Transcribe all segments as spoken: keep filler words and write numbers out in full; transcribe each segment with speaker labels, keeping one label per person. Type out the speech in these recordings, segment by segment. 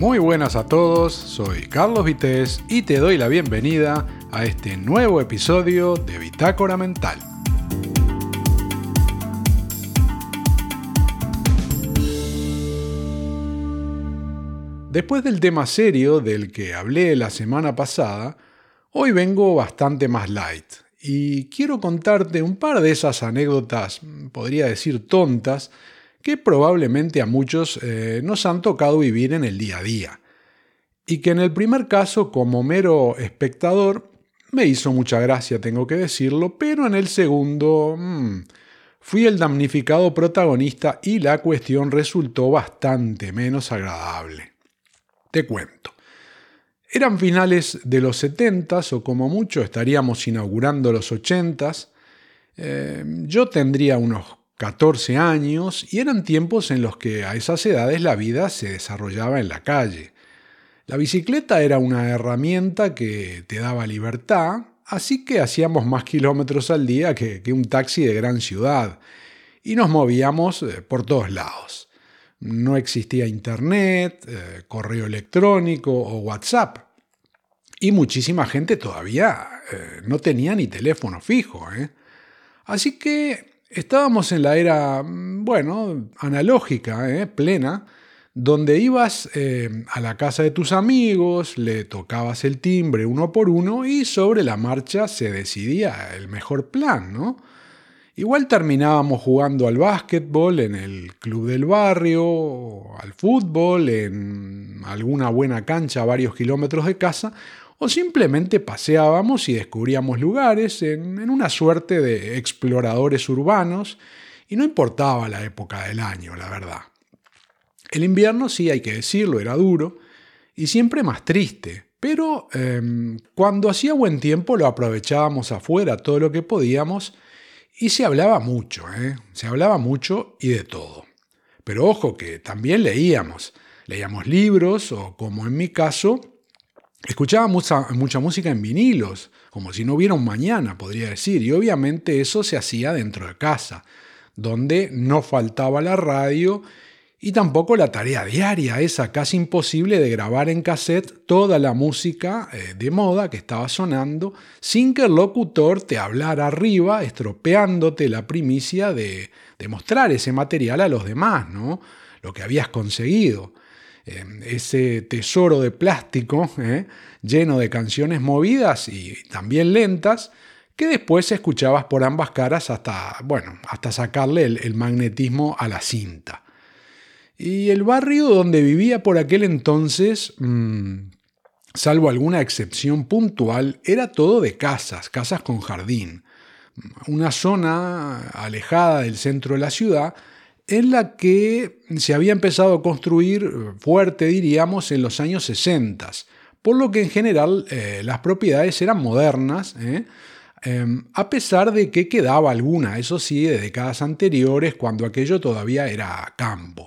Speaker 1: Muy buenas a todos, soy Carlos Vitéz y te doy la bienvenida a este nuevo episodio de Bitácora Mental. Después del tema serio del que hablé la semana pasada, hoy vengo bastante más light y quiero contarte un par de esas anécdotas, podría decir tontas, que probablemente a muchos eh, nos han tocado vivir en el día a día. Y que en el primer caso, como mero espectador, me hizo mucha gracia, tengo que decirlo, pero en el segundo, mmm, fui el damnificado protagonista y la cuestión resultó bastante menos agradable. Te cuento. Eran finales de los setentas o como mucho estaríamos inaugurando los ochentas. Eh, yo tendría unos catorce años y eran tiempos en los que a esas edades la vida se desarrollaba en la calle. La bicicleta era una herramienta que te daba libertad, así que hacíamos más kilómetros al día que, que un taxi de gran ciudad y nos movíamos por todos lados. No existía internet, eh, correo electrónico o WhatsApp y muchísima gente todavía eh, no tenía ni teléfono fijo, ¿eh? Así que estábamos en la era, bueno, analógica, ¿eh? plena, donde ibas eh, a la casa de tus amigos, le tocabas el timbre uno por uno y sobre la marcha se decidía el mejor plan, ¿no? Igual terminábamos jugando al básquetbol en el club del barrio, al fútbol, en alguna buena cancha a varios kilómetros de casa, o simplemente paseábamos y descubríamos lugares en, en una suerte de exploradores urbanos, y no importaba la época del año, la verdad. El invierno, sí hay que decirlo, era duro y siempre más triste, pero eh, cuando hacía buen tiempo lo aprovechábamos afuera todo lo que podíamos y se hablaba mucho, ¿eh? se hablaba mucho y de todo. Pero ojo que también leíamos, leíamos libros o, como en mi caso, escuchaba mucha, mucha música en vinilos, como si no hubiera un mañana, podría decir, y obviamente eso se hacía dentro de casa, donde no faltaba la radio y tampoco la tarea diaria, esa casi imposible de grabar en cassette toda la música eh, de moda que estaba sonando sin que el locutor te hablara arriba, estropeándote la primicia de, de mostrar ese material a los demás, ¿no? Lo que habías conseguido. Eh, ese tesoro de plástico eh, lleno de canciones movidas y también lentas que después escuchabas por ambas caras hasta, bueno, hasta sacarle el, el magnetismo a la cinta. Y el barrio donde vivía por aquel entonces, mmm, salvo alguna excepción puntual, era todo de casas, casas con jardín. Una zona alejada del centro de la ciudad en la que se había empezado a construir fuerte, diríamos, en los años sesenta, por lo que en general eh, las propiedades eran modernas, ¿eh? Eh, a pesar de que quedaba alguna, eso sí, de décadas anteriores, cuando aquello todavía era campo.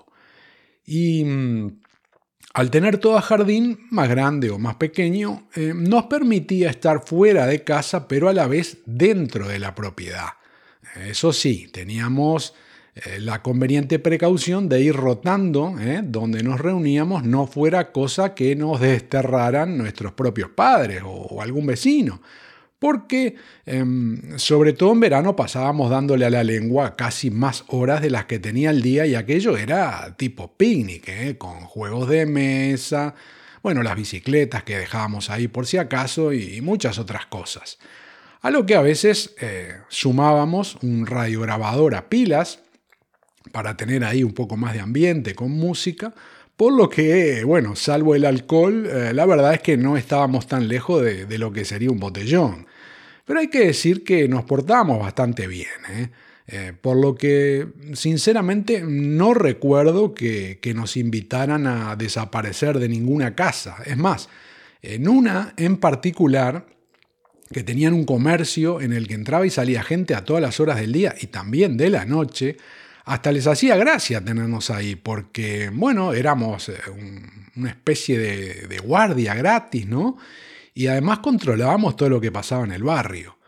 Speaker 1: Y mmm, al tener todo jardín, más grande o más pequeño, eh, nos permitía estar fuera de casa, pero a la vez dentro de la propiedad. Eso sí, teníamos eh, la conveniente precaución de ir rotando, eh, donde nos reuníamos, no fuera cosa que nos desterraran nuestros propios padres o, o algún vecino. Porque, eh, sobre todo en verano, pasábamos dándole a la lengua casi más horas de las que tenía el día y aquello era tipo picnic, ¿eh? Con juegos de mesa, bueno, las bicicletas que dejábamos ahí por si acaso y muchas otras cosas. A lo que a veces eh, sumábamos un radiograbador a pilas para tener ahí un poco más de ambiente con música, por lo que, bueno, salvo el alcohol, eh, la verdad es que no estábamos tan lejos de, de lo que sería un botellón. Pero hay que decir que nos portábamos bastante bien, ¿eh? Eh, por lo que, sinceramente, no recuerdo que, que nos invitaran a desaparecer de ninguna casa. Es más, en una en particular, que tenían un comercio en el que entraba y salía gente a todas las horas del día y también de la noche, hasta les hacía gracia tenernos ahí, porque, bueno, éramos un, una especie de, de guardia gratis, ¿no? Y además controlábamos todo lo que pasaba en el barrio.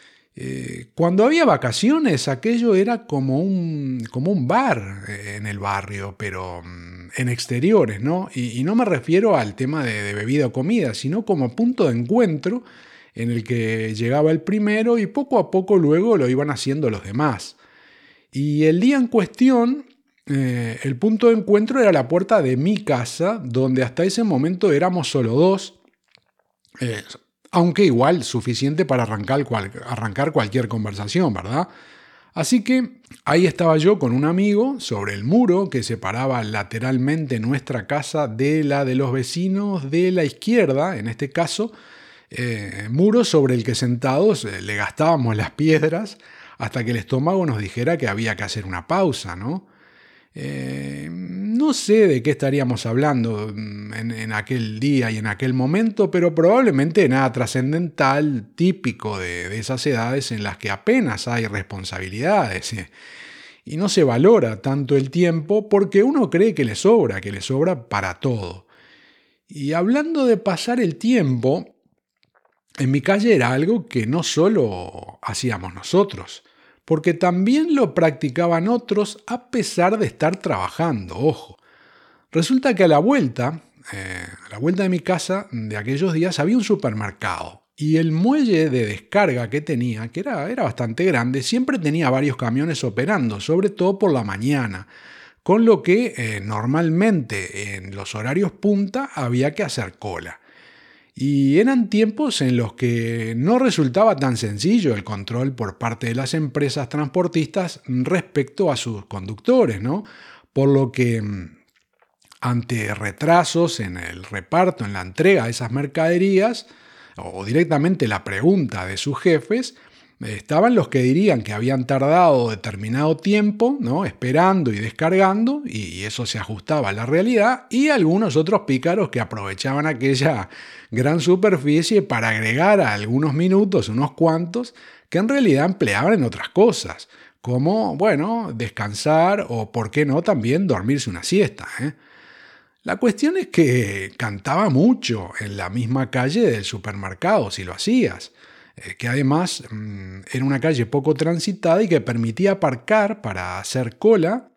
Speaker 1: Eh, cuando había vacaciones, aquello era como un, como un bar en el barrio, pero en exteriores, ¿no? Y, y no me refiero al tema de, de bebida o comida, sino como punto de encuentro en el que llegaba el primero y poco a poco luego lo iban haciendo los demás. Y el día en cuestión, eh, el punto de encuentro era la puerta de mi casa, donde hasta ese momento éramos solo dos, eh, aunque igual suficiente para arrancar, cual, arrancar cualquier conversación, ¿verdad? Así que ahí estaba yo con un amigo sobre el muro que separaba lateralmente nuestra casa de la de los vecinos de la izquierda, en este caso, eh, muro sobre el que sentados eh, le gastábamos las piedras hasta que el estómago nos dijera que había que hacer una pausa, ¿no? Eh, no sé de qué estaríamos hablando en, en aquel día y en aquel momento, pero probablemente nada trascendental, típico de, de esas edades en las que apenas hay responsabilidades eh, y no se valora tanto el tiempo porque uno cree que le sobra, que le sobra para todo. Y hablando de pasar el tiempo, en mi calle era algo que no solo hacíamos nosotros, porque también lo practicaban otros a pesar de estar trabajando, ojo. Resulta que a la vuelta, eh, a la vuelta de mi casa de aquellos días había un supermercado y el muelle de descarga que tenía, que era, era bastante grande, siempre tenía varios camiones operando, sobre todo por la mañana, con lo que eh, normalmente en los horarios punta había que hacer cola. Y eran tiempos en los que no resultaba tan sencillo el control por parte de las empresas transportistas respecto a sus conductores, ¿no? Por lo que ante retrasos en el reparto, en la entrega de esas mercaderías, o directamente la pregunta de sus jefes, estaban los que dirían que habían tardado determinado tiempo, ¿no? Esperando y descargando, y eso se ajustaba a la realidad, y algunos otros pícaros que aprovechaban aquella gran superficie para agregar a algunos minutos, unos cuantos, que en realidad empleaban en otras cosas, como, bueno, descansar o, por qué no, también dormirse una siesta, ¿eh? La cuestión es que cantaba mucho en la misma calle del supermercado, si lo hacías, que además mmm, era una calle poco transitada y que permitía aparcar para hacer cola,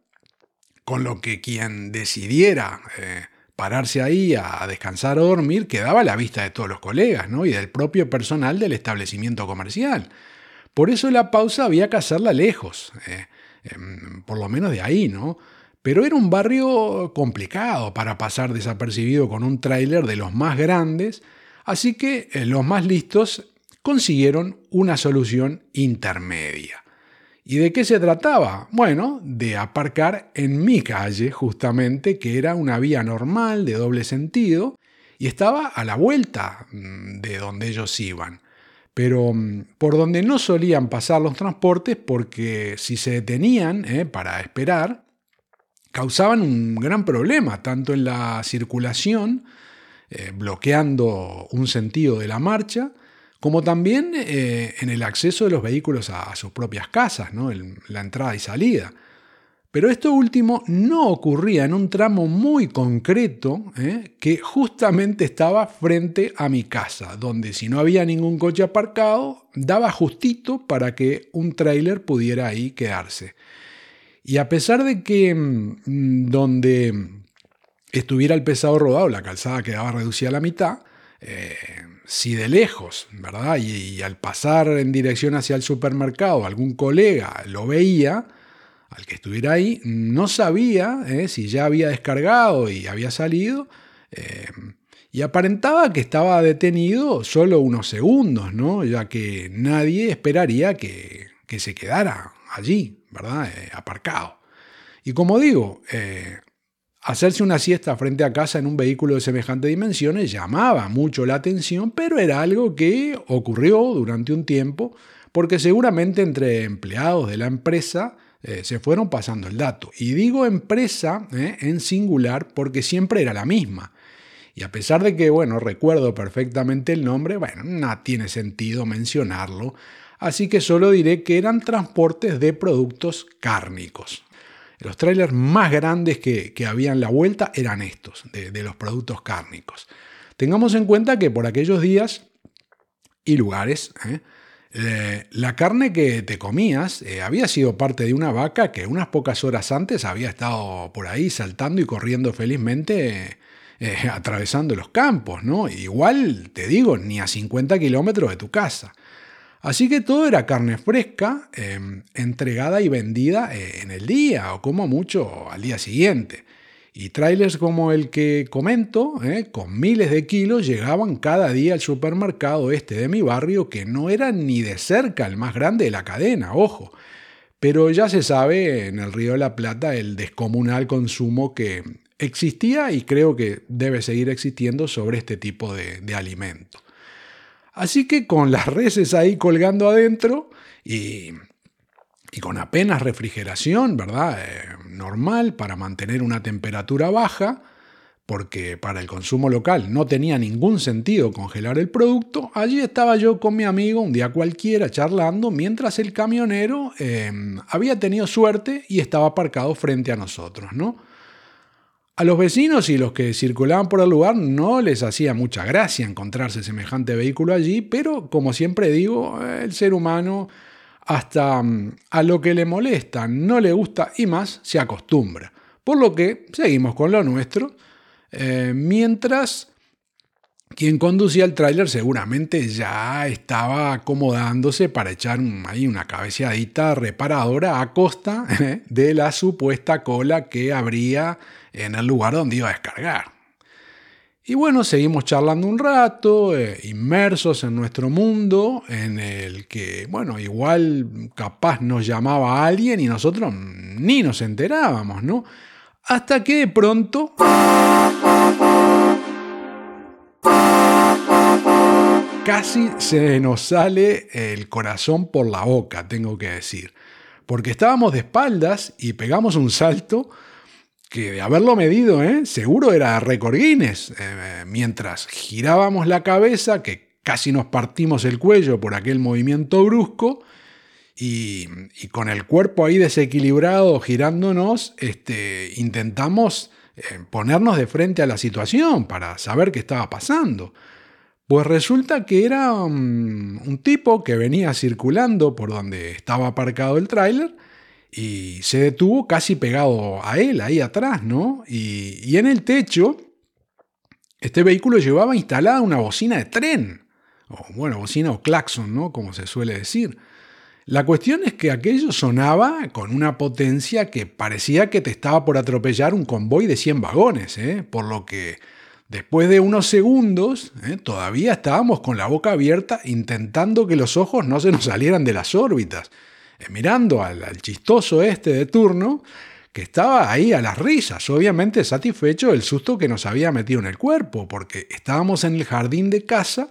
Speaker 1: con lo que quien decidiera eh, pararse ahí a descansar o dormir quedaba a la vista de todos los colegas, ¿no? Y del propio personal del establecimiento comercial. Por eso la pausa había que hacerla lejos, eh, eh, por lo menos de ahí, ¿no? Pero era un barrio complicado para pasar desapercibido con un tráiler de los más grandes, así que eh, los más listos consiguieron una solución intermedia. ¿Y de qué se trataba? Bueno, de aparcar en mi calle, justamente, que era una vía normal de doble sentido y estaba a la vuelta de donde ellos iban. Pero por donde no solían pasar los transportes, porque si se detenían eh, para esperar, causaban un gran problema, tanto en la circulación, eh, bloqueando un sentido de la marcha, como también eh, en el acceso de los vehículos a, a sus propias casas, ¿no? El, la entrada y salida. Pero esto último no ocurría en un tramo muy concreto eh, que justamente estaba frente a mi casa, donde si no había ningún coche aparcado, daba justito para que un tráiler pudiera ahí quedarse. Y a pesar de que mmm, donde estuviera el pesado rodado, la calzada quedaba reducida a la mitad, eh, si de lejos, ¿verdad? Y, y al pasar en dirección hacia el supermercado algún colega lo veía, al que estuviera ahí, no sabía eh, si ya había descargado y había salido, eh, y aparentaba que estaba detenido solo unos segundos, ¿no? Ya que nadie esperaría que, que se quedara allí, ¿verdad? Eh, aparcado. Y como digo, eh, hacerse una siesta frente a casa en un vehículo de semejantes dimensiones llamaba mucho la atención, pero era algo que ocurrió durante un tiempo, porque seguramente entre empleados de la empresa eh, se fueron pasando el dato. Y digo empresa eh, en singular porque siempre era la misma. Y a pesar de que, bueno, recuerdo perfectamente el nombre, bueno, no tiene sentido mencionarlo, así que solo diré que eran transportes de productos cárnicos. Los trailers más grandes que, que había en la vuelta eran estos, de, de los productos cárnicos. Tengamos en cuenta que por aquellos días y lugares, ¿eh? Eh, la carne que te comías eh, había sido parte de una vaca que unas pocas horas antes había estado por ahí saltando y corriendo felizmente eh, atravesando los campos, ¿no? Igual, te digo, ni a cincuenta kilómetros de tu casa. Así que todo era carne fresca, eh, entregada y vendida eh, en el día o como mucho al día siguiente. Y trailers como el que comento, eh, con miles de kilos, llegaban cada día al supermercado este de mi barrio, que no era ni de cerca el más grande de la cadena, ojo. Pero ya se sabe en el Río de la Plata el descomunal consumo que existía y creo que debe seguir existiendo sobre este tipo de, de alimento. Así que con las reses ahí colgando adentro y, y con apenas refrigeración, ¿verdad? Eh, normal para mantener una temperatura baja, porque para el consumo local no tenía ningún sentido congelar el producto, allí estaba yo con mi amigo un día cualquiera charlando mientras el camionero eh, había tenido suerte y estaba aparcado frente a nosotros, ¿no? A los vecinos y los que circulaban por el lugar no les hacía mucha gracia encontrarse semejante vehículo allí, pero como siempre digo, el ser humano hasta a lo que le molesta, no le gusta y más se acostumbra. Por lo que seguimos con lo nuestro, eh, mientras quien conducía el tráiler seguramente ya estaba acomodándose para echar ahí una cabeceadita reparadora a costa eh, de la supuesta cola que habría en el lugar donde iba a descargar. Y bueno, seguimos charlando un rato, eh, inmersos en nuestro mundo, en el que, bueno, igual capaz nos llamaba alguien y nosotros ni nos enterábamos, ¿no? Hasta que de pronto casi se nos sale el corazón por la boca, tengo que decir. Porque estábamos de espaldas y pegamos un salto que de haberlo medido, ¿eh? Seguro era récord Guinness. Eh, mientras girábamos la cabeza, que casi nos partimos el cuello por aquel movimiento brusco, y, y con el cuerpo ahí desequilibrado girándonos, este, intentamos eh, ponernos de frente a la situación para saber qué estaba pasando. Pues resulta que era um, un tipo que venía circulando por donde estaba aparcado el tráiler y se detuvo casi pegado a él, ahí atrás, ¿no? Y, y en el techo, este vehículo llevaba instalada una bocina de tren, o bueno, bocina o claxon, ¿no? Como se suele decir. La cuestión es que aquello sonaba con una potencia que parecía que te estaba por atropellar un convoy de cien vagones, ¿eh? Por lo que después de unos segundos, ¿eh? todavía estábamos con la boca abierta intentando que los ojos no se nos salieran de las órbitas, eh, mirando al, al chistoso este de turno que estaba ahí a las risas, obviamente satisfecho del susto que nos había metido en el cuerpo, porque estábamos en el jardín de casa,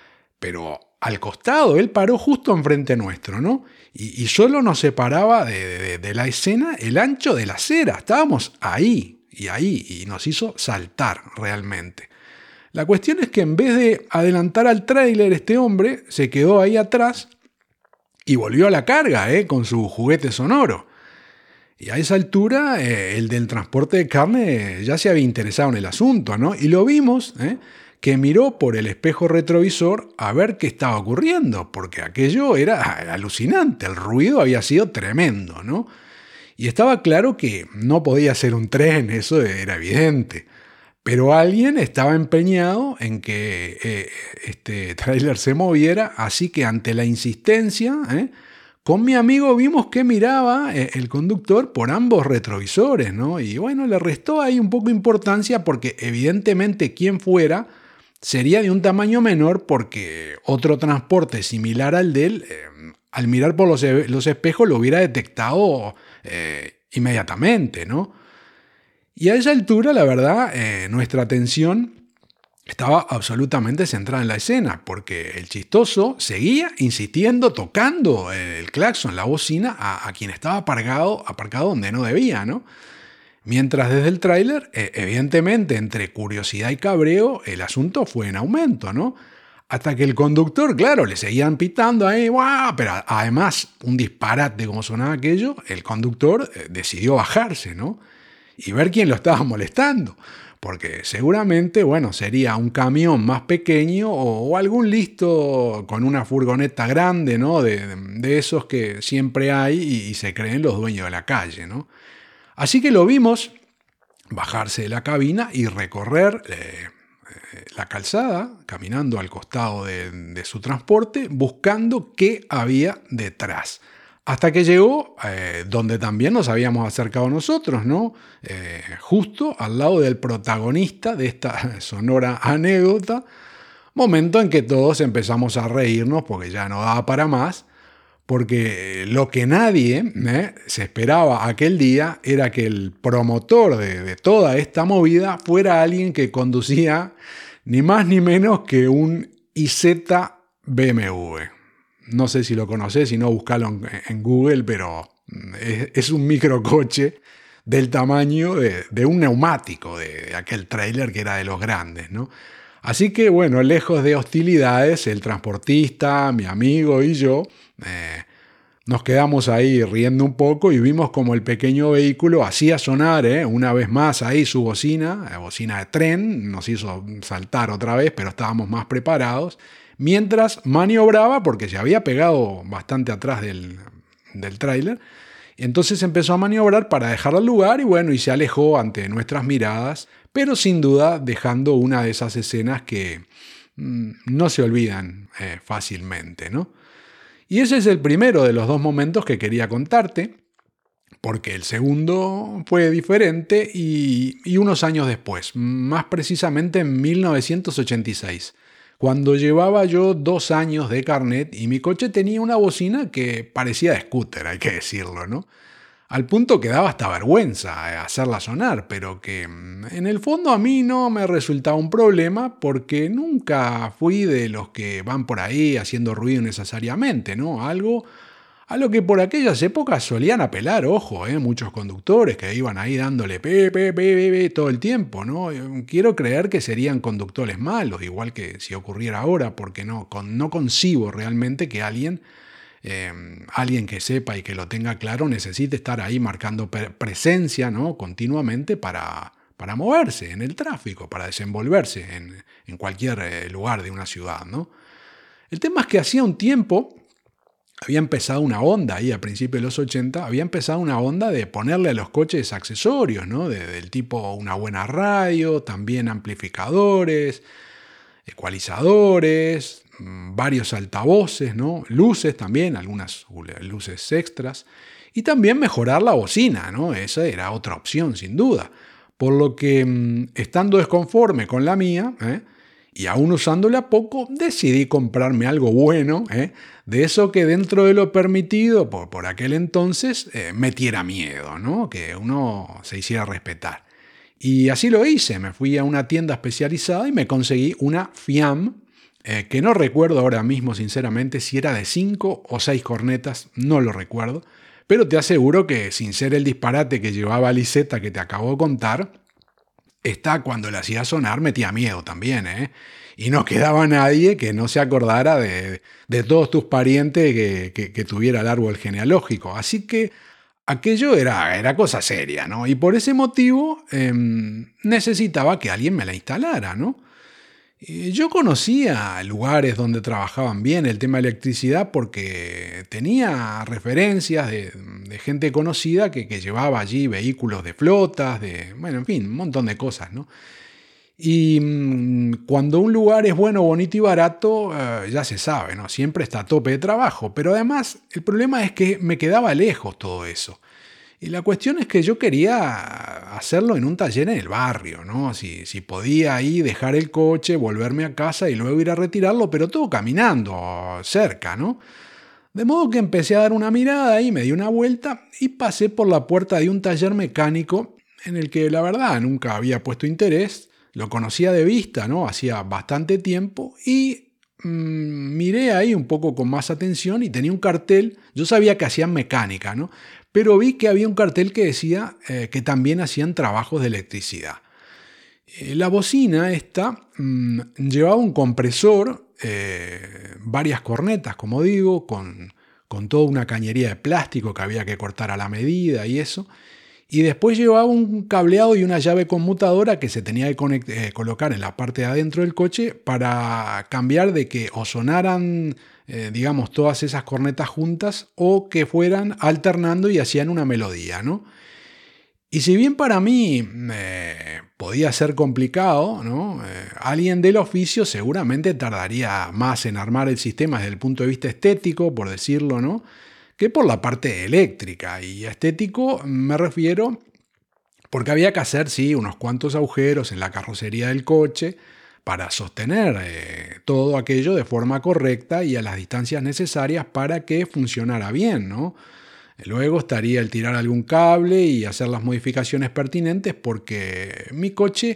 Speaker 1: pero al costado, él paró justo enfrente nuestro, ¿no? Y, y solo nos separaba de, de, de la escena el ancho de la acera, estábamos ahí. Y ahí, y nos hizo saltar realmente. La cuestión es que en vez de adelantar al tráiler, este hombre se quedó ahí atrás y volvió a la carga, ¿eh? Con su juguete sonoro. Y a esa altura, eh, el del transporte de carne ya se había interesado en el asunto, ¿no? Y lo vimos, ¿eh? que miró por el espejo retrovisor a ver qué estaba ocurriendo, porque aquello era alucinante, el ruido había sido tremendo, ¿no? Y estaba claro que no podía ser un tren, eso era evidente. Pero alguien estaba empeñado en que eh, este tráiler se moviera, así que ante la insistencia, eh, con mi amigo vimos que miraba eh, el conductor por ambos retrovisores, ¿no? Y bueno, le restó ahí un poco de importancia porque evidentemente quien fuera sería de un tamaño menor porque otro transporte similar al de él, eh, al mirar por los, los espejos lo hubiera detectado Eh, inmediatamente, ¿no? Y a esa altura, la verdad, eh, nuestra atención estaba absolutamente centrada en la escena, porque el chistoso seguía insistiendo, tocando el claxon, la bocina, a, a quien estaba aparcado, aparcado donde no debía, ¿no? Mientras desde el tráiler, eh, evidentemente, entre curiosidad y cabreo, el asunto fue en aumento, ¿no? Hasta que el conductor, claro, le seguían pitando ahí, ¡guau! Pero además, un disparate como sonaba aquello, el conductor eh, decidió bajarse, ¿no? y ver quién lo estaba molestando. Porque seguramente, bueno, sería un camión más pequeño o, o algún listo con una furgoneta grande, ¿no? De, de esos que siempre hay y, y se creen los dueños de la calle, ¿no? Así que lo vimos bajarse de la cabina y recorrer eh, eh, la calzada, caminando al costado de, de su transporte, buscando qué había detrás. Hasta que llegó eh, donde también nos habíamos acercado nosotros, ¿no? Eh, justo al lado del protagonista de esta sonora anécdota, momento en que todos empezamos a reírnos porque ya no daba para más, porque lo que nadie eh, se esperaba aquel día era que el promotor de, de toda esta movida fuera alguien que conducía ni más ni menos que un I Z B M W. No sé si lo conocés, si no, buscalo en, en Google, pero es, es un microcoche del tamaño de, de un neumático, de, de aquel tráiler que era de los grandes, ¿no? Así que, bueno, lejos de hostilidades, el transportista, mi amigo y yo eh, nos quedamos ahí riendo un poco y vimos como el pequeño vehículo hacía sonar eh, una vez más ahí su bocina, la bocina de tren, nos hizo saltar otra vez, pero estábamos más preparados, mientras maniobraba porque se había pegado bastante atrás del, del tráiler. Entonces empezó a maniobrar para dejar el lugar y bueno, y se alejó ante nuestras miradas, pero sin duda dejando una de esas escenas que mmm, no se olvidan eh, fácilmente, ¿no? Y ese es el primero de los dos momentos que quería contarte, porque el segundo fue diferente y, y unos años después, más precisamente en mil novecientos ochenta y seis. Cuando llevaba yo dos años de carnet y mi coche tenía una bocina que parecía de scooter, hay que decirlo, ¿no? Al punto que daba hasta vergüenza hacerla sonar, pero que en el fondo a mí no me resultaba un problema porque nunca fui de los que van por ahí haciendo ruido necesariamente, ¿no? Algo a lo que por aquellas épocas solían apelar, ojo, ¿eh? Muchos conductores que iban ahí dándole pe, pe, pe, pe, pe todo el tiempo, ¿no? Quiero creer que serían conductores malos, igual que si ocurriera ahora, porque no, con, no concibo realmente que alguien, eh, alguien que sepa y que lo tenga claro necesite estar ahí marcando pre- presencia, ¿no? Continuamente para, para moverse en el tráfico, para desenvolverse en, en cualquier eh, lugar de una ciudad, ¿no? El tema es que hacía un tiempo había empezado una onda ahí a principios de los ochenta, había empezado una onda de ponerle a los coches accesorios, ¿no? De, del tipo una buena radio, también amplificadores, ecualizadores, varios altavoces, ¿no? Luces también, algunas luces extras, y también mejorar la bocina, ¿no? Esa era otra opción, sin duda. Por lo que, estando desconforme con la mía, ¿eh? y aún usándola poco, decidí comprarme algo bueno, ¿eh? de eso que dentro de lo permitido por, por aquel entonces eh, metiera miedo, ¿no? Que uno se hiciera respetar. Y así lo hice, me fui a una tienda especializada y me conseguí una Fiam, eh, que no recuerdo ahora mismo sinceramente si era de cinco o seis cornetas, no lo recuerdo, pero te aseguro que sin ser el disparate que llevaba Liseta que te acabo de contar, esta cuando la hacía sonar metía miedo también, ¿eh? Y no quedaba nadie que no se acordara de, de todos tus parientes que, que, que tuviera el árbol genealógico. Así que aquello era, era cosa seria, ¿no? Y por ese motivo eh, necesitaba que alguien me la instalara, ¿no? Y yo conocía lugares donde trabajaban bien el tema de electricidad porque tenía referencias de, de gente conocida que, que llevaba allí vehículos de flotas, de, bueno, en fin, un montón de cosas, ¿no? Y mmm, cuando un lugar es bueno, bonito y barato, eh, ya se sabe, ¿no? Siempre está a tope de trabajo, pero además el problema es que me quedaba lejos todo eso. Y la cuestión es que yo quería hacerlo en un taller en el barrio, ¿no? Si, si podía ahí dejar el coche, volverme a casa y luego ir a retirarlo, pero todo caminando, cerca, ¿no? De modo que empecé a dar una mirada y me di una vuelta y pasé por la puerta de un taller mecánico en el que la verdad nunca había puesto interés, lo conocía de vista, ¿no? Hacía bastante tiempo y mmm, miré ahí un poco con más atención y tenía un cartel, yo sabía que hacían mecánica, ¿no? Pero vi que había un cartel que decía eh, que también hacían trabajos de electricidad. Eh, la bocina esta mmm, llevaba un compresor, eh, varias cornetas, como digo, con, con toda una cañería de plástico que había que cortar a la medida y eso. Y después llevaba un cableado y una llave conmutadora que se tenía que conect- eh, colocar en la parte de adentro del coche para cambiar de que o sonaran, eh, digamos, todas esas cornetas juntas o que fueran alternando y hacían una melodía, ¿no? Y si bien para mí eh, podía ser complicado, ¿no? Eh, alguien del oficio seguramente tardaría más en armar el sistema desde el punto de vista estético, por decirlo, ¿no? Que por la parte eléctrica. Y estético me refiero porque había que hacer, sí, unos cuantos agujeros en la carrocería del coche para sostener eh, todo aquello de forma correcta y a las distancias necesarias para que funcionara bien, ¿no? Luego estaría el tirar algún cable y hacer las modificaciones pertinentes porque mi coche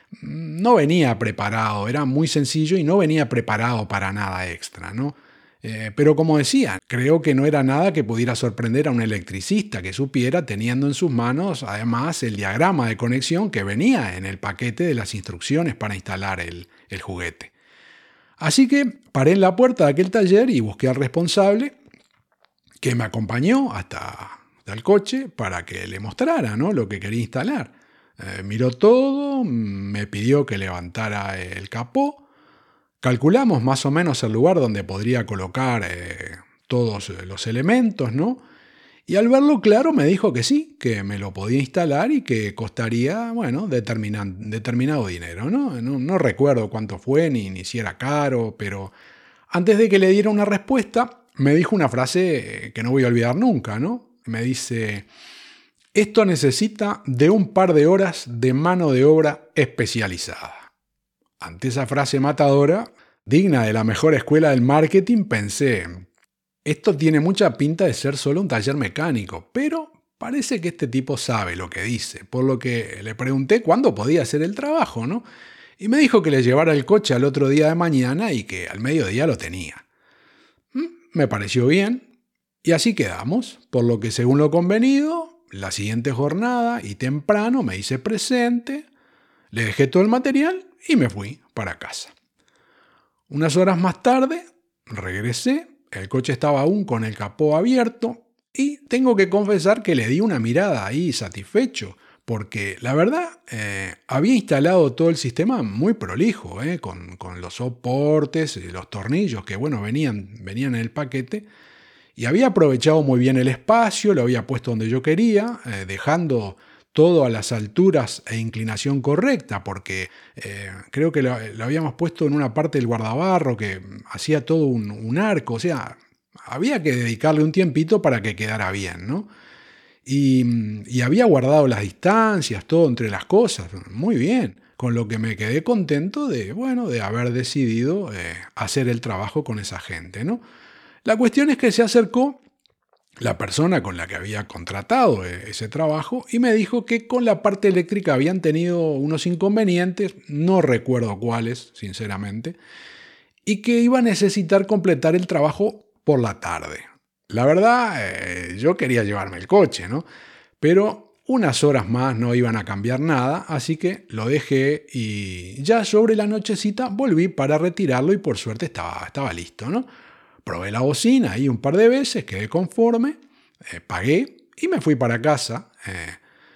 Speaker 1: no venía preparado, era muy sencillo y no venía preparado para nada extra, ¿no? Eh, pero como decía, creo que no era nada que pudiera sorprender a un electricista que supiera teniendo en sus manos además el diagrama de conexión que venía en el paquete de las instrucciones para instalar el, el juguete. Así que paré en la puerta de aquel taller y busqué al responsable que me acompañó hasta, hasta el coche para que le mostrara, ¿no?, lo que quería instalar. Eh, miró todo, me pidió que levantara el capó, calculamos más o menos el lugar donde podría colocar eh, todos los elementos, ¿no? Y al verlo claro me dijo que sí, que me lo podía instalar y que costaría, bueno, determinan, determinado dinero, ¿no? ¿no? No recuerdo cuánto fue ni, ni si era caro, pero antes de que le diera una respuesta, me dijo una frase que no voy a olvidar nunca, ¿no? Me dice, esto necesita de un par de horas de mano de obra especializada. Ante esa frase matadora, digna de la mejor escuela del marketing, pensé, esto tiene mucha pinta de ser solo un taller mecánico, pero parece que este tipo sabe lo que dice, por lo que le pregunté cuándo podía hacer el trabajo, ¿no? Y me dijo que le llevara el coche al otro día de mañana y que al mediodía lo tenía. Me pareció bien, y así quedamos, por lo que según lo convenido, la siguiente jornada y temprano me hice presente, le dejé todo el material y me fui para casa. Unas horas más tarde, regresé, el coche estaba aún con el capó abierto y tengo que confesar que le di una mirada ahí satisfecho, porque la verdad eh, había instalado todo el sistema muy prolijo, eh, con, con los soportes y los tornillos que bueno, venían, venían en el paquete, y había aprovechado muy bien el espacio, lo había puesto donde yo quería, eh, dejando todo a las alturas e inclinación correcta, porque eh, creo que lo, lo habíamos puesto en una parte del guardabarro que hacía todo un, un arco, o sea, había que dedicarle un tiempito para que quedara bien, ¿no? Y, y había guardado las distancias, todo entre las cosas, muy bien, con lo que me quedé contento de, bueno, de haber decidido eh, hacer el trabajo con esa gente, ¿no? La cuestión es que se acercó la persona con la que había contratado ese trabajo y me dijo que con la parte eléctrica habían tenido unos inconvenientes, no recuerdo cuáles, sinceramente, y que iba a necesitar completar el trabajo por la tarde. La verdad, eh, yo quería llevarme el coche, ¿no? Pero unas horas más no iban a cambiar nada, así que lo dejé y ya sobre la nochecita volví para retirarlo y por suerte estaba, estaba listo, ¿no? Probé la bocina ahí un par de veces, quedé conforme, eh, pagué y me fui para casa, eh,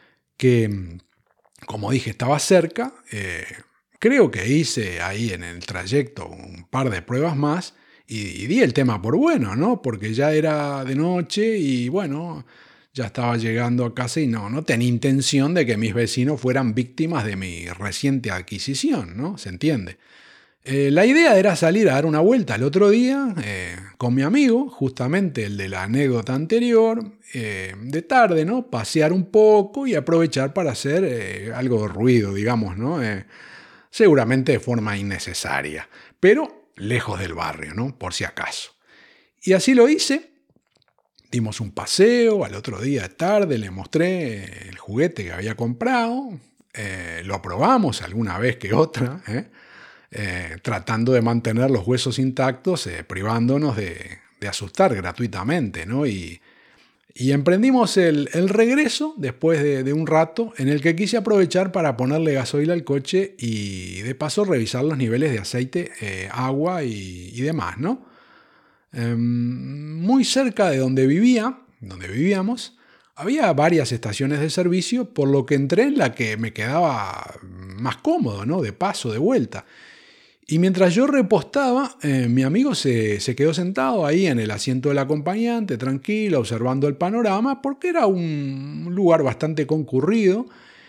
Speaker 1: que como dije estaba cerca, eh, creo que hice ahí en el trayecto un par de pruebas más y, y di el tema por bueno, ¿no? Porque ya era de noche y bueno, ya estaba llegando a casa y no, no tenía intención de que mis vecinos fueran víctimas de mi reciente adquisición, ¿no? ¿Se entiende? Eh, la idea era salir a dar una vuelta el otro día eh, con mi amigo, justamente el de la anécdota anterior, eh, de tarde, ¿no? Pasear un poco y aprovechar para hacer eh, algo de ruido, digamos, ¿no? Eh, seguramente de forma innecesaria, pero lejos del barrio, ¿no? Por si acaso. Y así lo hice. Dimos un paseo, al otro día de tarde le mostré el juguete que había comprado, eh, lo probamos alguna vez que otra, ¿eh? Eh, tratando de mantener los huesos intactos, eh, privándonos de, de asustar gratuitamente, ¿no? Y, y emprendimos el, el regreso después de, de un rato en el que quise aprovechar para ponerle gasoil al coche y de paso revisar los niveles de aceite, eh, agua y, y demás, ¿no? Eh, muy cerca de donde vivía, donde vivíamos, Había varias estaciones de servicio, por lo que entré en la que me quedaba más cómodo, ¿no? De paso, de vuelta. Y mientras yo repostaba, eh, mi amigo se, se quedó sentado ahí en el asiento del acompañante, tranquilo, observando el panorama, porque era un lugar bastante concurrido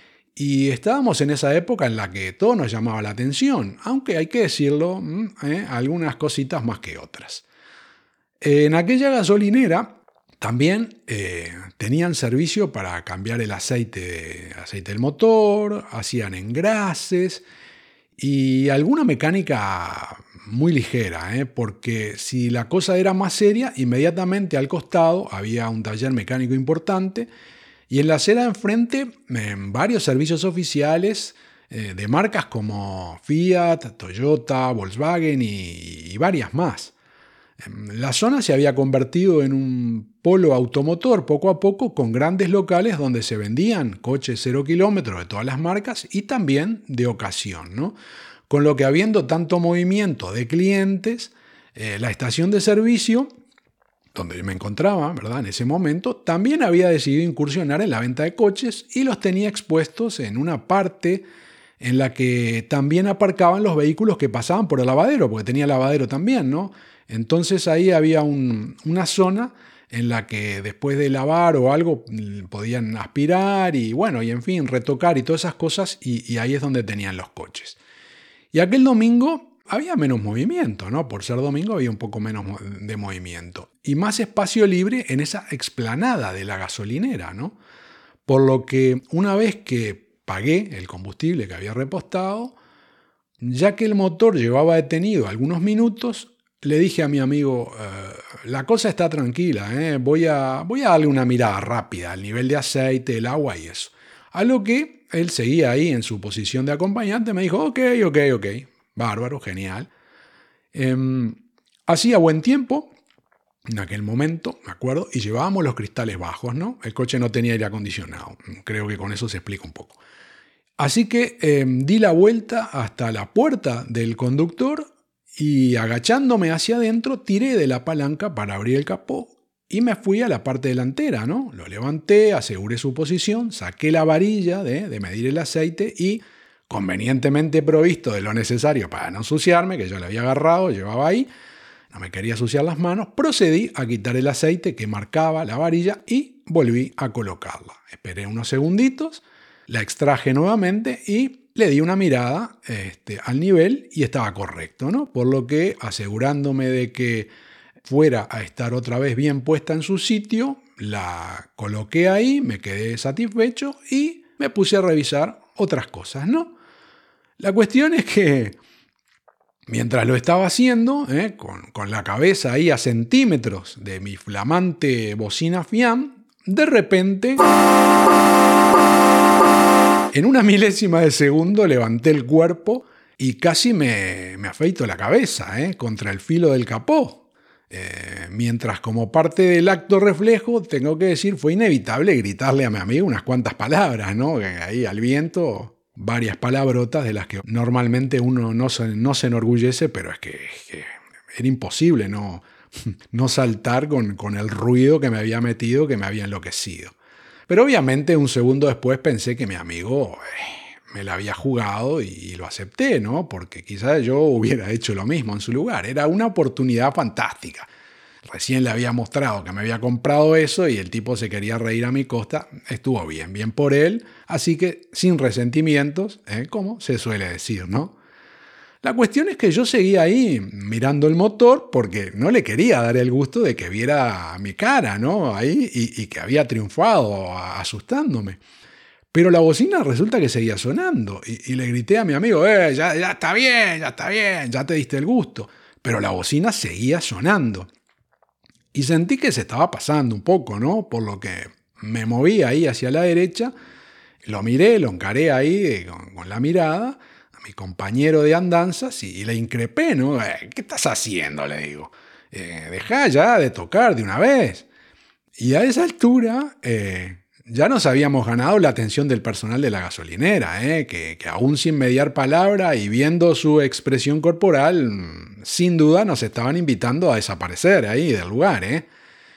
Speaker 1: y estábamos en esa época en la que todo nos llamaba la atención, aunque hay que decirlo, eh, algunas cositas más que otras. En aquella gasolinera también eh, tenían servicio para cambiar el aceite, aceite del motor, hacían engrases y alguna mecánica muy ligera, ¿eh? Porque si la cosa era más seria, inmediatamente al costado había un taller mecánico importante y en la acera de enfrente eh, varios servicios oficiales eh, de marcas como Fiat, Toyota, Volkswagen y, y varias más. La zona se había convertido en un polo automotor poco a poco con grandes locales donde se vendían coches cero kilómetros de todas las marcas y también de ocasión, ¿no? Con lo que habiendo tanto movimiento de clientes, eh, la estación de servicio, donde yo me encontraba, ¿verdad? En ese momento, también había decidido incursionar en la venta de coches y los tenía expuestos en una parte en la que también aparcaban los vehículos que pasaban por el lavadero, porque tenía lavadero también, ¿no? Entonces ahí había un, una zona en la que después de lavar o algo podían aspirar y bueno, y en fin, retocar y todas esas cosas y, y ahí es donde tenían los coches. Y aquel domingo había menos movimiento, ¿no? Por ser domingo había un poco menos de movimiento y más espacio libre en esa explanada de la gasolinera, ¿no? Por lo que una vez que pagué el combustible que había repostado, ya que el motor llevaba detenido algunos minutos, le dije a mi amigo, eh, la cosa está tranquila, eh, voy, a, voy a darle una mirada rápida al nivel de aceite, el agua y eso. A lo que él seguía ahí en su posición de acompañante, me dijo, ok, ok, ok, bárbaro, genial. Eh, hacía buen tiempo en aquel momento, me acuerdo, y llevábamos los cristales bajos, ¿no? El coche no tenía aire acondicionado, creo que con eso se explica un poco. Así que eh, di la vuelta hasta la puerta del conductor y agachándome hacia adentro tiré de la palanca para abrir el capó y me fui a la parte delantera, ¿no? Lo levanté, aseguré su posición, saqué la varilla de, de medir el aceite y, convenientemente provisto de lo necesario para no ensuciarme, que yo lo había agarrado, llevaba ahí, no me quería ensuciar las manos, procedí a quitar el aceite que marcaba la varilla y volví a colocarla. Esperé unos segunditos, la extraje nuevamente y le di una mirada este, al nivel y estaba correcto, ¿no? Por lo que, asegurándome de que fuera a estar otra vez bien puesta en su sitio, la coloqué ahí, me quedé satisfecho y me puse a revisar otras cosas, ¿no? La cuestión es que mientras lo estaba haciendo, ¿eh? con, con la cabeza ahí a centímetros de mi flamante bocina Fiam, de repente, en una milésima de segundo levanté el cuerpo y casi me, me afeito la cabeza ¿eh? contra el filo del capó. Eh, mientras como parte del acto reflejo, tengo que decir, fue inevitable gritarle a mi amigo unas cuantas palabras, ¿no? Ahí al viento, varias palabrotas de las que normalmente uno no se, no se enorgullece, pero es que, es que era imposible no, no saltar con, con el ruido que me había metido, que me había enloquecido. Pero obviamente un segundo después pensé que mi amigo eh, me la había jugado y, y lo acepté, ¿no? Porque quizás yo hubiera hecho lo mismo en su lugar. Era una oportunidad fantástica. Recién le había mostrado que me había comprado eso y el tipo se quería reír a mi costa. Estuvo bien, bien por él. Así que sin resentimientos, ¿eh? Como se suele decir, ¿no? La cuestión es que yo seguía ahí mirando el motor porque no le quería dar el gusto de que viera mi cara, ¿no? Ahí y, y que había triunfado asustándome. Pero la bocina resulta que seguía sonando y, y le grité a mi amigo, eh, ya, ya está bien, ya está bien, ya te diste el gusto. Pero la bocina seguía sonando. Y sentí que se estaba pasando un poco, ¿no? Por lo que me moví ahí hacia la derecha, lo miré, lo encaré ahí con, con la mirada a mi compañero de andanzas y, y le increpé, ¿no? Eh, ¿Qué estás haciendo? Le digo. Eh, dejá ya de tocar de una vez. Y a esa altura eh, ya nos habíamos ganado la atención del personal de la gasolinera, eh, que, que aún sin mediar palabra y viendo su expresión corporal, sin duda nos estaban invitando a desaparecer ahí del lugar, ¿eh?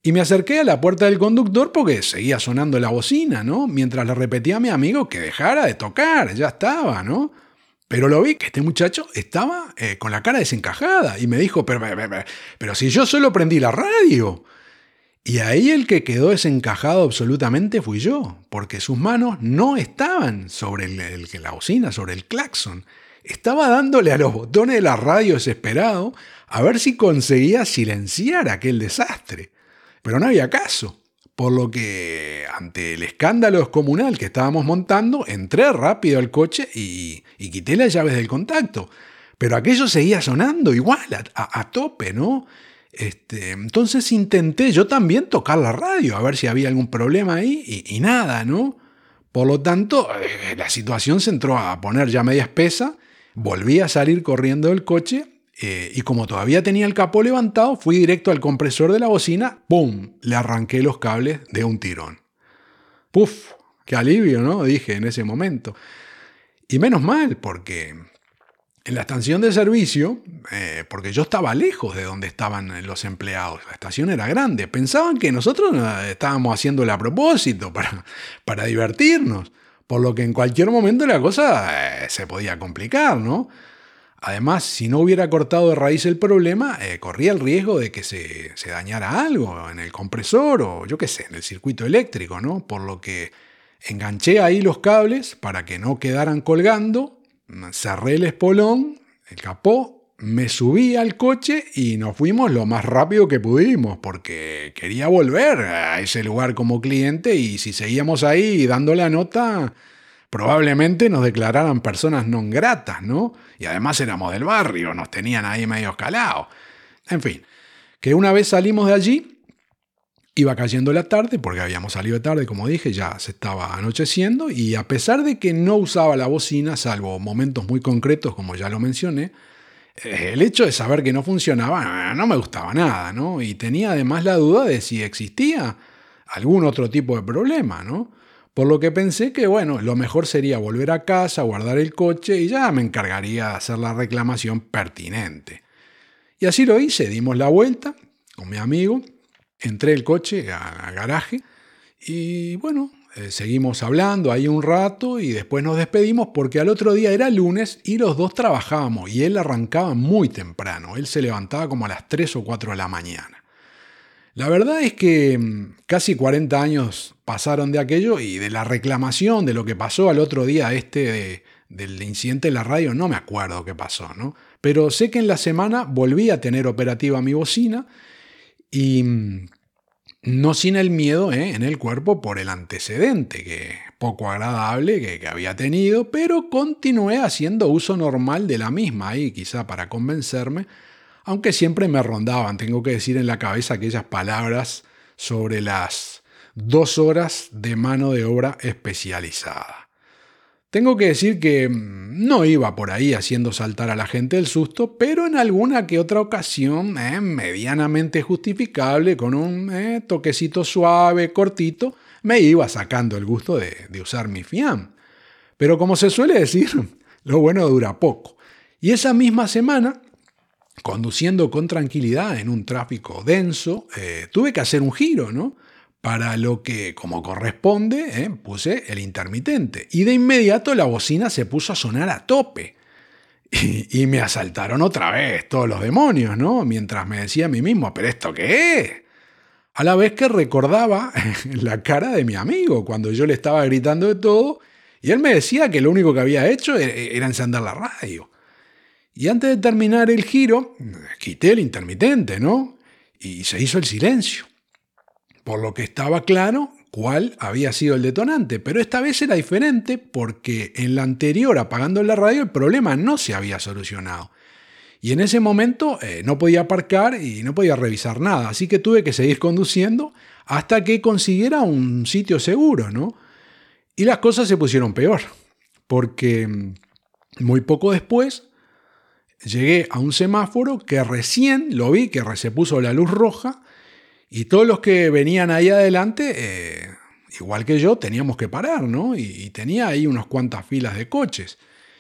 Speaker 1: Y me acerqué a la puerta del conductor porque seguía sonando la bocina, ¿no? Mientras le repetía a mi amigo que dejara de tocar, ya estaba, ¿no? Pero lo vi que este muchacho estaba eh, con la cara desencajada y me dijo, pero, pero, pero, pero si yo solo prendí la radio. Y ahí el que quedó desencajado absolutamente fui yo, porque sus manos no estaban sobre el, el, la bocina, sobre el claxon. Estaba dándole a los botones de la radio desesperado a ver si conseguía silenciar aquel desastre. Pero no había caso, por lo que ante el escándalo descomunal que estábamos montando, entré rápido al coche y, y quité las llaves del contacto. Pero aquello seguía sonando igual, a, a, a tope, ¿no? Este, entonces intenté yo también tocar la radio, a ver si había algún problema ahí, y, y nada, ¿no? Por lo tanto, eh, la situación se entró a poner ya media espesa, volví a salir corriendo del coche, eh, y como todavía tenía el capó levantado, fui directo al compresor de la bocina, ¡pum!, le arranqué los cables de un tirón. ¡Puf! ¡Qué alivio!, ¿no?, dije en ese momento. Y menos mal, porque en la estación de servicio, eh, porque yo estaba lejos de donde estaban los empleados, la estación era grande, pensaban que nosotros estábamos haciéndolo a propósito para, para divertirnos, por lo que en cualquier momento la cosa eh, se podía complicar, ¿no? Además, si no hubiera cortado de raíz el problema, eh, corría el riesgo de que se, se dañara algo en el compresor o yo qué sé, en el circuito eléctrico, ¿no? Por lo que enganché ahí los cables para que no quedaran colgando, cerré el espolón, el capó, me subí al coche y nos fuimos lo más rápido que pudimos porque quería volver a ese lugar como cliente y si seguíamos ahí dando la nota, probablemente nos declararan personas non gratas, ¿no? Y además éramos del barrio, nos tenían ahí medio escalados. En fin, que una vez salimos de allí, iba cayendo la tarde, porque habíamos salido tarde, como dije, ya se estaba anocheciendo, y a pesar de que no usaba la bocina, salvo momentos muy concretos, como ya lo mencioné, el hecho de saber que no funcionaba no me gustaba nada, ¿no? Y tenía además la duda de si existía algún otro tipo de problema, ¿no? Por lo que pensé que, bueno, lo mejor sería volver a casa, guardar el coche y ya me encargaría de hacer la reclamación pertinente. Y así lo hice, dimos la vuelta con mi amigo, entré el coche al garaje y bueno, eh, seguimos hablando ahí un rato y después nos despedimos porque al otro día era lunes y los dos trabajábamos y él arrancaba muy temprano, él se levantaba como a las tres o cuatro de la mañana. La verdad es que casi cuarenta años pasaron de aquello y de la reclamación de lo que pasó al otro día este de, del incidente de la radio no me acuerdo qué pasó, ¿no? Pero sé que en la semana volví a tener operativa mi bocina y no sin el miedo ¿eh? en el cuerpo por el antecedente, que poco agradable que, que había tenido, pero continué haciendo uso normal de la misma ahí, quizá para convencerme, aunque siempre me rondaban, tengo que decir, en la cabeza aquellas palabras sobre las dos horas de mano de obra especializada. Tengo que decir que no iba por ahí haciendo saltar a la gente del susto, pero en alguna que otra ocasión, eh, medianamente justificable, con un eh, toquecito suave, cortito, me iba sacando el gusto de, de usar mi Fiam. Pero como se suele decir, lo bueno dura poco. Y esa misma semana, conduciendo con tranquilidad en un tráfico denso, eh, tuve que hacer un giro, ¿no? Para lo que, como corresponde, eh, puse el intermitente. Y de inmediato la bocina se puso a sonar a tope. Y, y me asaltaron otra vez todos los demonios, ¿no? Mientras me decía a mí mismo, ¿pero esto qué es? A la vez que recordaba la cara de mi amigo cuando yo le estaba gritando de todo y él me decía que lo único que había hecho era encender la radio. Y antes de terminar el giro, quité el intermitente, ¿no? Y se hizo el silencio. Por lo que estaba claro cuál había sido el detonante, pero esta vez era diferente porque en la anterior, apagando la radio, el problema no se había solucionado. Y en ese momento eh, no podía aparcar y no podía revisar nada, así que tuve que seguir conduciendo hasta que consiguiera un sitio seguro, ¿no? Y las cosas se pusieron peor, porque muy poco después llegué a un semáforo que recién lo vi, que se puso la luz roja, y todos los que venían ahí adelante, eh, igual que yo, teníamos que parar, ¿no? Y, y tenía ahí unas cuantas filas de coches.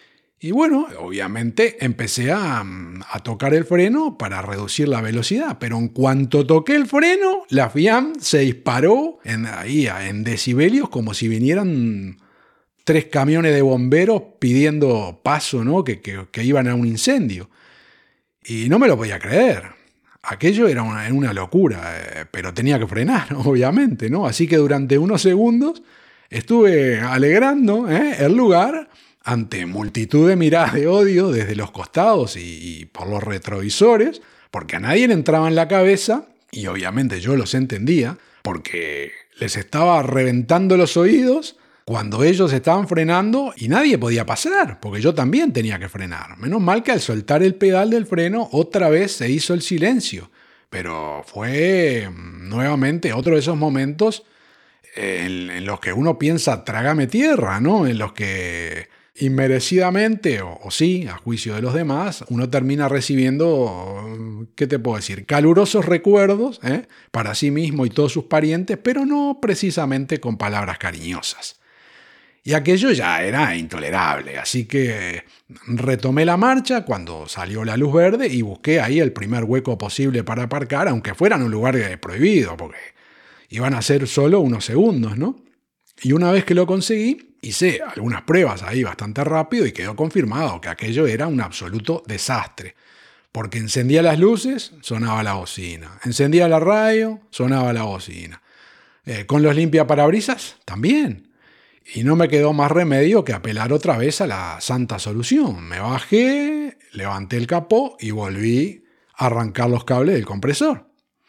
Speaker 1: Y bueno, obviamente empecé a, a tocar el freno para reducir la velocidad, pero en cuanto toqué el freno, la Fiat se disparó en, ahí, en decibelios como si vinieran tres camiones de bomberos pidiendo paso, ¿no? que, que, que iban a un incendio. Y no me lo podía creer. Aquello era una, una locura, eh, pero tenía que frenar, obviamente, ¿no? Así que durante unos segundos estuve alegrando ¿eh? el lugar ante multitud de miradas de odio desde los costados y, y por los retrovisores, porque a nadie le entraba en la cabeza, y obviamente yo los entendía, porque les estaba reventando los oídos cuando ellos estaban frenando y nadie podía pasar, porque yo también tenía que frenar. Menos mal que al soltar el pedal del freno otra vez se hizo el silencio, pero fue nuevamente otro de esos momentos en, en los que uno piensa trágame tierra, ¿no? En los que inmerecidamente, o, o sí, a juicio de los demás, uno termina recibiendo, ¿qué te puedo decir? Calurosos recuerdos ¿eh? para sí mismo y todos sus parientes, pero no precisamente con palabras cariñosas. Y aquello ya era intolerable, así que retomé la marcha cuando salió la luz verde y busqué ahí el primer hueco posible para aparcar, aunque fuera en un lugar prohibido, porque iban a ser solo unos segundos, ¿no? Y una vez que lo conseguí, hice algunas pruebas ahí bastante rápido y quedó confirmado que aquello era un absoluto desastre. Porque encendía las luces, sonaba la bocina. Encendía la radio, sonaba la bocina. Eh, con los limpiaparabrisas, también. Y no me quedó más remedio que apelar otra vez a la santa solución. Me bajé, levanté el capó y volví a arrancar los cables del compresor.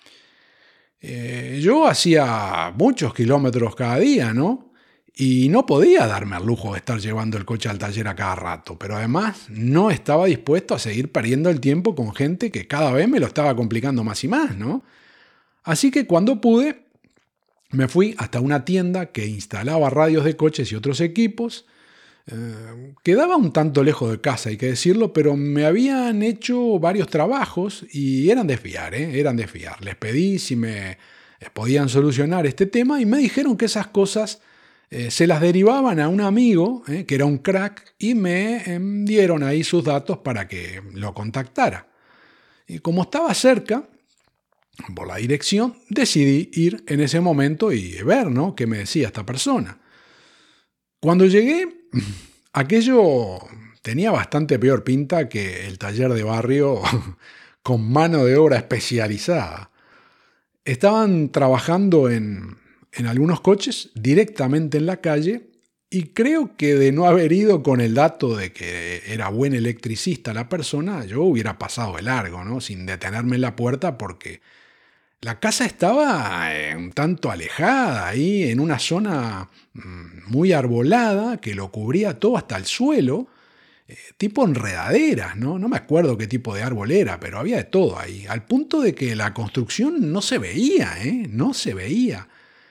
Speaker 1: Eh, yo hacía muchos kilómetros cada día, ¿no? Y no podía darme el lujo de estar llevando el coche al taller a cada rato, pero además no estaba dispuesto a seguir perdiendo el tiempo con gente que cada vez me lo estaba complicando más y más, ¿no? Así que cuando pude, me fui hasta una tienda que instalaba radios de coches y otros equipos. Eh, quedaba un tanto lejos de casa, hay que decirlo, pero me habían hecho varios trabajos y eran de fiar, ¿eh? Eran de fiar. Les pedí si me podían solucionar este tema y me dijeron que esas cosas eh, se las derivaban a un amigo, eh, que era un crack, y me eh, dieron ahí sus datos para que lo contactara. Y como estaba cerca, por la dirección, decidí ir en ese momento y ver, ¿no?, qué me decía esta persona. Cuando llegué, aquello tenía bastante peor pinta que el taller de barrio con mano de obra especializada. Estaban trabajando en, en algunos coches directamente en la calle y creo que de no haber ido con el dato de que era buen electricista la persona, yo hubiera pasado de largo, ¿no?, sin detenerme en la puerta porque la casa estaba un tanto alejada, ahí en una zona muy arbolada que lo cubría todo hasta el suelo, eh, tipo enredaderas, ¿no? No me acuerdo qué tipo de árbol era, pero había de todo ahí, al punto de que la construcción no se veía, ¿eh? No se veía.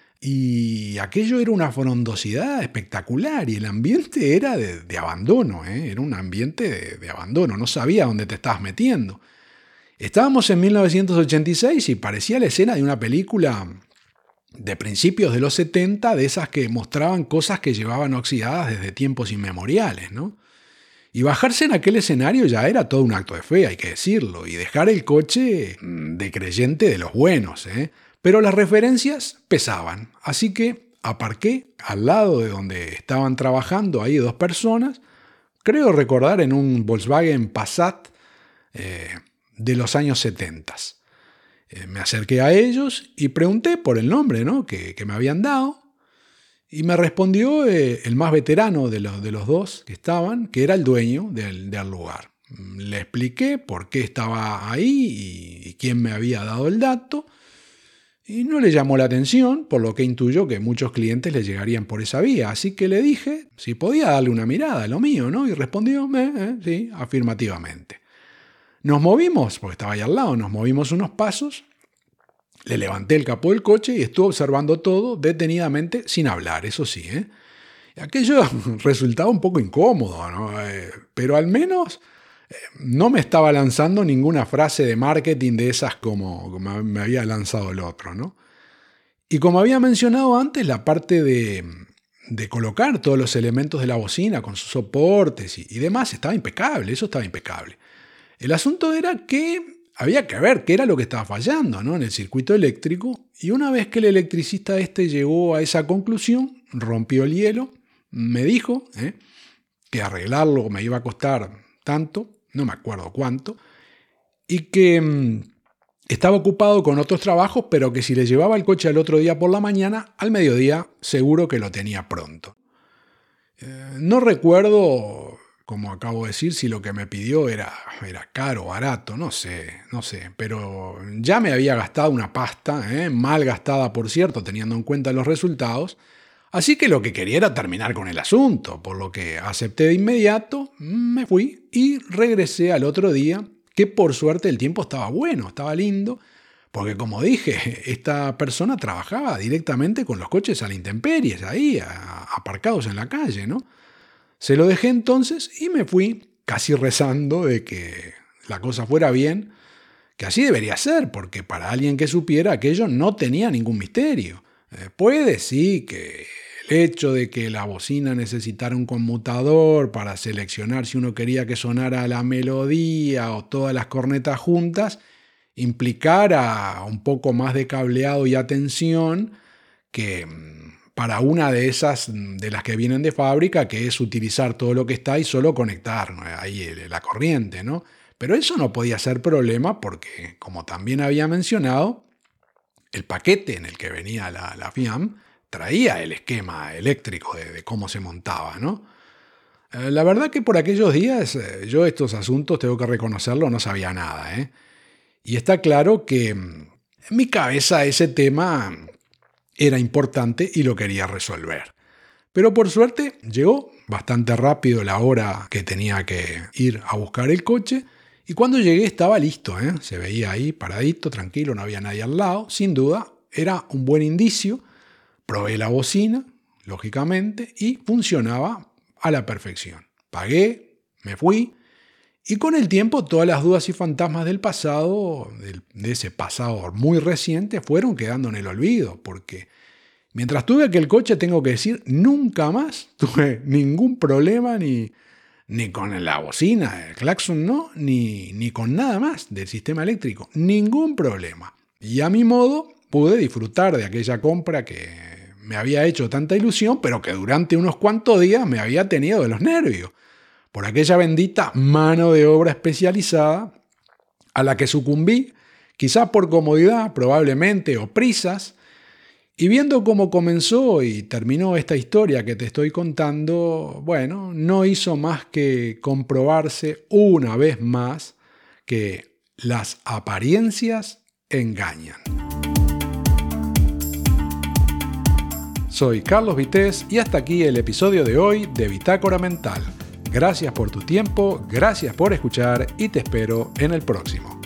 Speaker 1: Y aquello era una frondosidad espectacular y el ambiente era de, de abandono, ¿eh? Era un ambiente de, de abandono, no sabía dónde te estabas metiendo. Estábamos en mil novecientos ochenta y seis y parecía la escena de una película de principios de los setenta, de esas que mostraban cosas que llevaban oxidadas desde tiempos inmemoriales, ¿no? Y bajarse en aquel escenario ya era todo un acto de fe, hay que decirlo, y dejar el coche de creyente de los buenos, ¿eh? Pero las referencias pesaban, así que aparqué al lado de donde estaban trabajando ahí dos personas, creo recordar en un Volkswagen Passat, eh, de los años setenta. Eh, me acerqué a ellos y pregunté por el nombre, ¿no?, que, que me habían dado, y me respondió eh, el más veterano de los, de los dos que estaban, que era el dueño del, del lugar. Le expliqué por qué estaba ahí y, y quién me había dado el dato, y no le llamó la atención, por lo que intuyó que muchos clientes le llegarían por esa vía, así que le dije si podía darle una mirada a lo mío, ¿no?, y respondió, eh, eh, sí, afirmativamente. Nos movimos, porque estaba ahí al lado, nos movimos unos pasos, le levanté el capó del coche y estuve observando todo detenidamente, sin hablar, eso sí, ¿eh? Aquello resultaba un poco incómodo, ¿no? Eh, pero al menos eh, no me estaba lanzando ninguna frase de marketing de esas como, como me había lanzado el otro, ¿no? Y como había mencionado antes, la parte de, de colocar todos los elementos de la bocina con sus soportes y, y demás, estaba impecable, eso estaba impecable. El asunto era que había que ver qué era lo que estaba fallando, ¿no?, en el circuito eléctrico, y una vez que el electricista este llegó a esa conclusión, rompió el hielo, me dijo ¿eh? que arreglarlo me iba a costar tanto, no me acuerdo cuánto, y que mmm, estaba ocupado con otros trabajos, pero que si le llevaba el coche al otro día por la mañana, al mediodía seguro que lo tenía pronto. Eh, no recuerdo, como acabo de decir, si lo que me pidió era, era caro o barato, no sé, no sé, pero ya me había gastado una pasta, ¿eh? mal gastada por cierto, teniendo en cuenta los resultados, así que lo que quería era terminar con el asunto, por lo que acepté de inmediato, me fui y regresé al otro día, que por suerte el tiempo estaba bueno, estaba lindo, porque como dije, esta persona trabajaba directamente con los coches a la intemperie, ahí, a, aparcados en la calle, ¿no? Se lo dejé entonces y me fui casi rezando de que la cosa fuera bien, que así debería ser, porque para alguien que supiera aquello no tenía ningún misterio. Eh, puede, sí, que el hecho de que la bocina necesitara un conmutador para seleccionar si uno quería que sonara la melodía o todas las cornetas juntas, implicara un poco más de cableado y atención que para una de esas de las que vienen de fábrica, que es utilizar todo lo que está y solo conectar, ¿no?, ahí la corriente, ¿no? Pero eso no podía ser problema porque, como también había mencionado, el paquete en el que venía la, la Fiam traía el esquema eléctrico de, de cómo se montaba, ¿no? Eh, la verdad que por aquellos días eh, yo estos asuntos, tengo que reconocerlo, no sabía nada, ¿eh? Y está claro que en mi cabeza ese tema era importante y lo quería resolver. Pero por suerte llegó bastante rápido la hora que tenía que ir a buscar el coche y cuando llegué estaba listo, ¿eh? Se veía ahí paradito, tranquilo, no había nadie al lado. Sin duda, era un buen indicio. Probé la bocina, lógicamente, y funcionaba a la perfección. Pagué, me fui. Y con el tiempo todas las dudas y fantasmas del pasado, de ese pasado muy reciente, fueron quedando en el olvido, porque mientras tuve aquel coche, tengo que decir, nunca más tuve ningún problema ni, ni con la bocina, el claxon no, ni, ni con nada más del sistema eléctrico, ningún problema. Y a mi modo pude disfrutar de aquella compra que me había hecho tanta ilusión, pero que durante unos cuantos días me había tenido de los nervios, por aquella bendita mano de obra especializada a la que sucumbí, quizá por comodidad, probablemente, o prisas, y viendo cómo comenzó y terminó esta historia que te estoy contando, bueno, no hizo más que comprobarse una vez más que las apariencias engañan. Soy Carlos Vitéz y hasta aquí el episodio de hoy de Bitácora Mental. Gracias por tu tiempo, gracias por escuchar y te espero en el próximo.